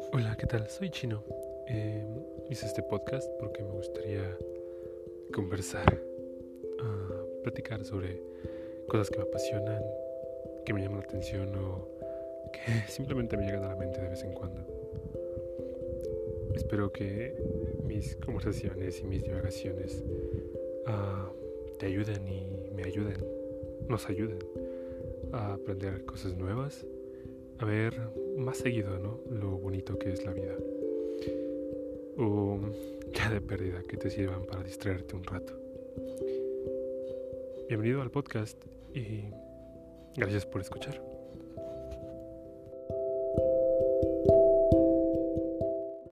Hola, ¿qué tal? Soy Chino. Hice este podcast porque me gustaría conversar, platicar sobre cosas que me apasionan, que me llaman la atención o que simplemente me llegan a la mente de vez en cuando. Espero que mis conversaciones y mis divagaciones te ayuden y nos ayuden a aprender cosas nuevas, a ver más seguido, ¿no? Lo bonito que es la vida. O ya de pérdida que te sirvan para distraerte un rato. Bienvenido al podcast y gracias por escuchar.